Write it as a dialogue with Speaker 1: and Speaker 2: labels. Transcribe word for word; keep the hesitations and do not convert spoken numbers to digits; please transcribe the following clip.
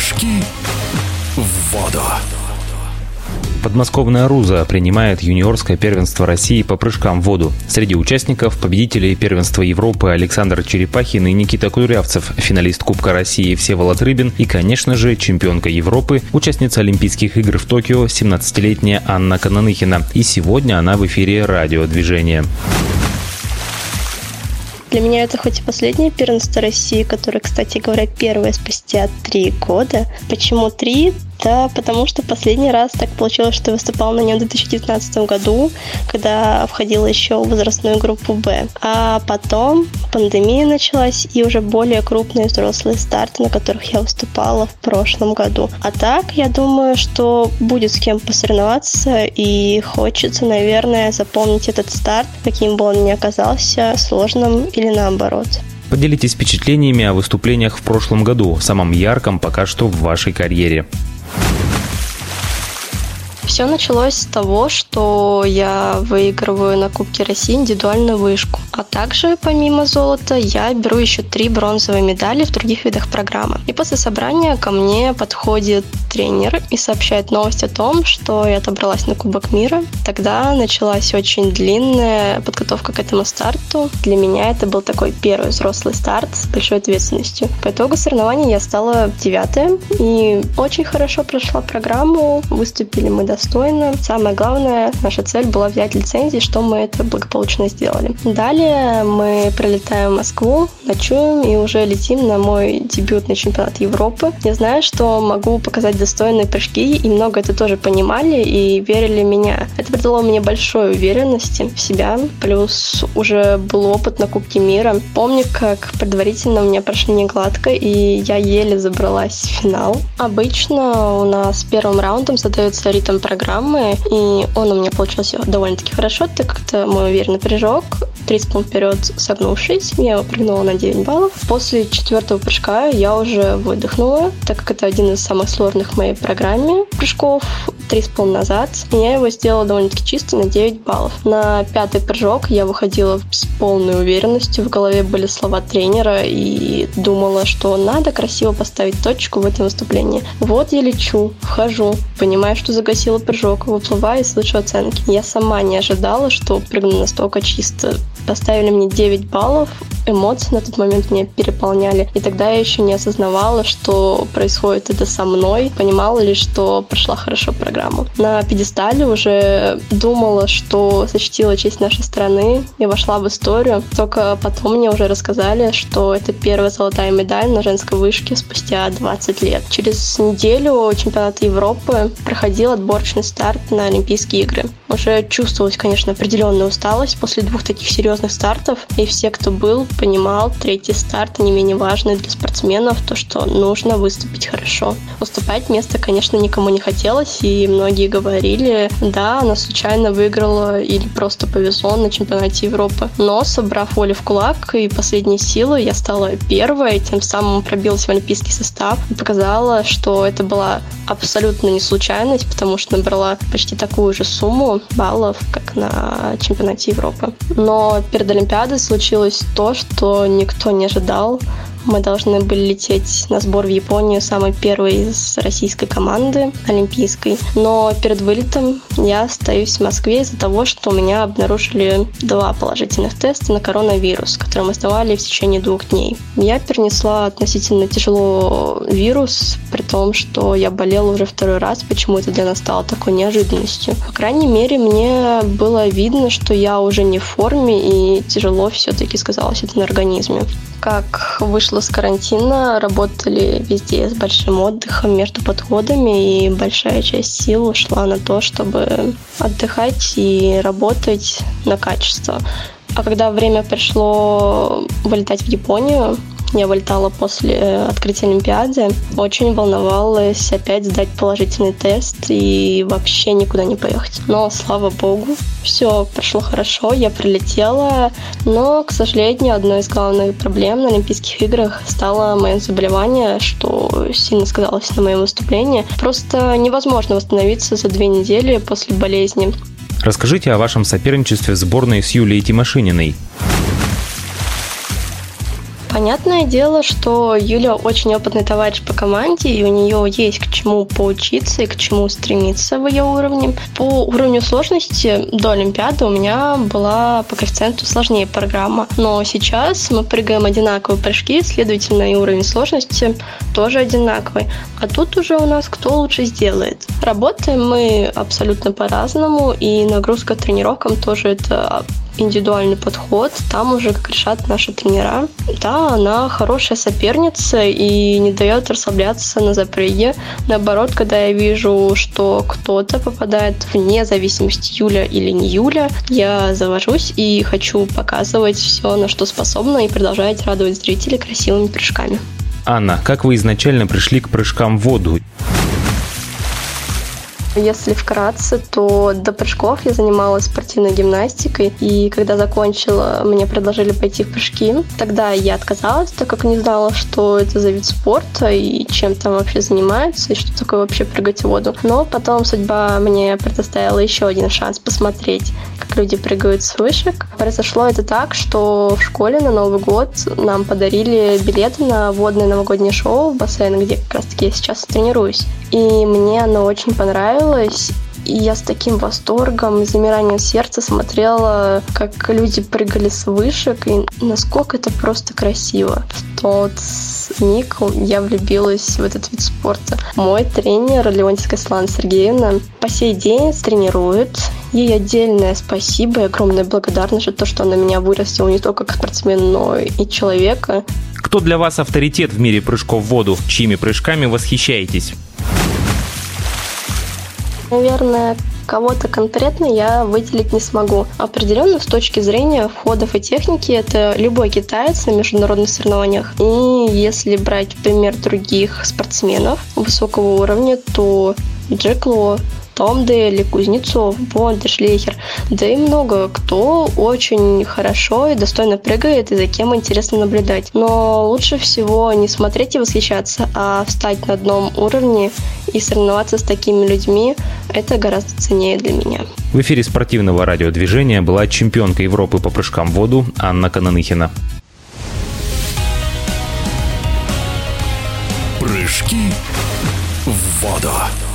Speaker 1: Прыжки в воду.
Speaker 2: Подмосковная Руза принимает юниорское первенство России по прыжкам в воду. Среди участников победители первенства Европы Александр Черепахин и Никита Кудрявцев, финалист Кубка России Всеволод Рыбин и, конечно же, чемпионка Европы, участница Олимпийских игр в Токио, семнадцатилетняя Анна Кананыхина. И сегодня она в эфире радиодвижения.
Speaker 3: Для меня это хоть и последнее первенство России, которое, кстати говоря, первое спустя три года. Почему три? Да, потому что последний раз так получилось, что выступала на нем в две тысячи девятнадцатом году, когда входила еще в возрастную группу Б. А потом пандемия началась и уже более крупные взрослые старты, на которых я выступала в прошлом году. А так, я думаю, что будет с кем посоревноваться, и хочется, наверное, запомнить этот старт, каким бы он ни оказался, сложным или наоборот.
Speaker 2: Поделитесь впечатлениями о выступлениях в прошлом году, самом ярком пока что в вашей карьере.
Speaker 3: Все началось с того, что я выигрываю на Кубке России индивидуальную вышку. А также, помимо золота, я беру еще три бронзовые медали в других видах программы. И после собрания ко мне подходит тренер и сообщает новость о том, что я отобралась на Кубок мира. Тогда началась очень длинная подготовка к этому старту. Для меня это был такой первый взрослый старт с большой ответственностью. По итогу соревнований я стала девятая и очень хорошо прошла программу. Выступили мы достойно. Самое главное, наша цель была взять лицензии, что мы это благополучно сделали. Далее мы прилетаем в Москву, ночуем и уже летим на мой дебютный чемпионат Европы. Я знаю, что могу показать достойные прыжки, и много это тоже понимали и верили в меня. Это придало мне большой уверенности в себя, плюс уже был опыт на Кубке мира. Помню, как предварительно у меня прошли не гладко, и я еле забралась в финал. Обычно у нас первым раундом задается ритм программы, и он у меня получился довольно-таки хорошо, так как это мой уверенный прыжок. тридцать секунд вперед согнувшись, я его прыгнула на девять баллов. После четвертого прыжка я уже выдохнула, так как это один из самых сложных в моей программе прыжков, три с половиной назад. И я его сделала довольно-таки чисто на девять баллов. На пятый прыжок я выходила с полной уверенностью, в голове были слова тренера, и думала, что надо красиво поставить точку в этом выступлении. Вот я лечу, вхожу, понимаю, что загасила прыжок, выплываю и слышу оценки. Я сама не ожидала, что прыгну настолько чисто. Поставили мне девять баллов, эмоции на тот момент меня переполняли, и тогда я еще не осознавала, что происходит это со мной, понимала лишь, что прошла хорошо программу. На пьедестале уже думала, что защитила честь нашей страны и вошла в историю, только потом мне уже рассказали, что это первая золотая медаль на женской вышке спустя двадцать лет. Через неделю чемпионат Европы проходил отборочный старт на Олимпийские игры. Уже чувствовалась, конечно, определенная усталость после двух таких серьезных стартов, и все, кто был, понимал, третий старт не менее важный для спортсменов, то, что нужно выступить хорошо. Уступать место, конечно, никому не хотелось, и многие говорили, да, она случайно выиграла или просто повезло на чемпионате Европы. Но, собрав волю в кулак и последние силы, я стала первой, тем самым пробилась в олимпийский состав и показала, что это была абсолютно не случайность, потому что набрала почти такую же сумму баллов, как на чемпионате Европы. Но перед Олимпиадой случилось то, что никто не ожидал. Мы должны были лететь на сбор в Японию, самой первой из российской команды олимпийской. Но перед вылетом я остаюсь в Москве из-за того, что у меня обнаружили два положительных теста на коронавирус, которые мы сдавали в течение двух дней. Я перенесла относительно тяжело вирус, при том, что я болела уже второй раз, почему это для нас стало такой неожиданностью. По крайней мере, мне было видно, что я уже не в форме, и тяжело все-таки сказалось это на организме. Как вышла с карантина, работали везде с большим отдыхом между подходами, и большая часть сил ушла на то, чтобы отдыхать и работать на качество. А когда время пришло вылетать в Японию, я вылетала после открытия Олимпиады, очень волновалась опять сдать положительный тест и вообще никуда не поехать. Но, слава богу, все прошло хорошо, я прилетела, но, к сожалению, одной из главных проблем на Олимпийских играх стало мое заболевание, что сильно сказалось на моем выступлении. Просто невозможно восстановиться за две недели после болезни.
Speaker 2: Расскажите о вашем соперничестве в сборной с Юлией Тимошининой.
Speaker 3: Понятное дело, что Юля очень опытный товарищ по команде, и у нее есть к чему поучиться и к чему стремиться в ее уровне. По уровню сложности до Олимпиады у меня была по коэффициенту сложнее программа, но сейчас мы прыгаем одинаковые прыжки, следовательно, и уровень сложности тоже одинаковый. А тут уже у нас кто лучше сделает. Работаем мы абсолютно по-разному, и нагрузка тренировкам тоже это индивидуальный подход, там уже как решат наши тренера. Да, она хорошая соперница и не дает расслабляться на запрыге. Наоборот, когда я вижу, что кто-то попадает вне зависимости, Юля или не Юля, я завожусь и хочу показывать все, на что способна, и продолжать радовать зрителей красивыми прыжками.
Speaker 2: Анна, как вы изначально пришли к прыжкам в воду?
Speaker 3: Если вкратце, то до прыжков я занималась спортивной гимнастикой, и когда закончила, мне предложили пойти в прыжки. Тогда я отказалась, так как не знала, что это за вид спорта и чем там вообще занимаются, и что такое вообще прыгать в воду. Но потом судьба мне предоставила еще один шанс посмотреть, как люди прыгают с вышек. Произошло это так, что в школе на Новый год нам подарили билеты на водное новогоднее шоу в бассейн, где как раз-таки я сейчас тренируюсь. И мне оно очень понравилось. И я с таким восторгом и замиранием сердца смотрела, как люди прыгали с вышек, и насколько это просто красиво. В тот миг я влюбилась в этот вид спорта. Мой тренер Леонтьевская Светлана Сергеевна по сей день тренирует. Ей отдельное спасибо и огромная благодарность за то, что она меня вырастила не только как спортсмен, но и человека.
Speaker 2: Кто для вас авторитет в мире прыжков в воду? Чьими прыжками восхищаетесь?
Speaker 3: Наверное, кого-то конкретно я выделить не смогу. Определенно, с точки зрения входов и техники, это любой китаец на международных соревнованиях. И если брать пример других спортсменов высокого уровня, то Джек Ло, Том Дейли, Кузнецов, Бонд, Шлейхер, да и много кто очень хорошо и достойно прыгает, и за кем интересно наблюдать. Но лучше всего не смотреть и восхищаться, а встать на одном уровне и соревноваться с такими людьми – это гораздо ценнее для меня.
Speaker 2: В эфире спортивного радиодвижения была чемпионка Европы по прыжкам в воду Анна Кананыхина.
Speaker 1: Прыжки в воду.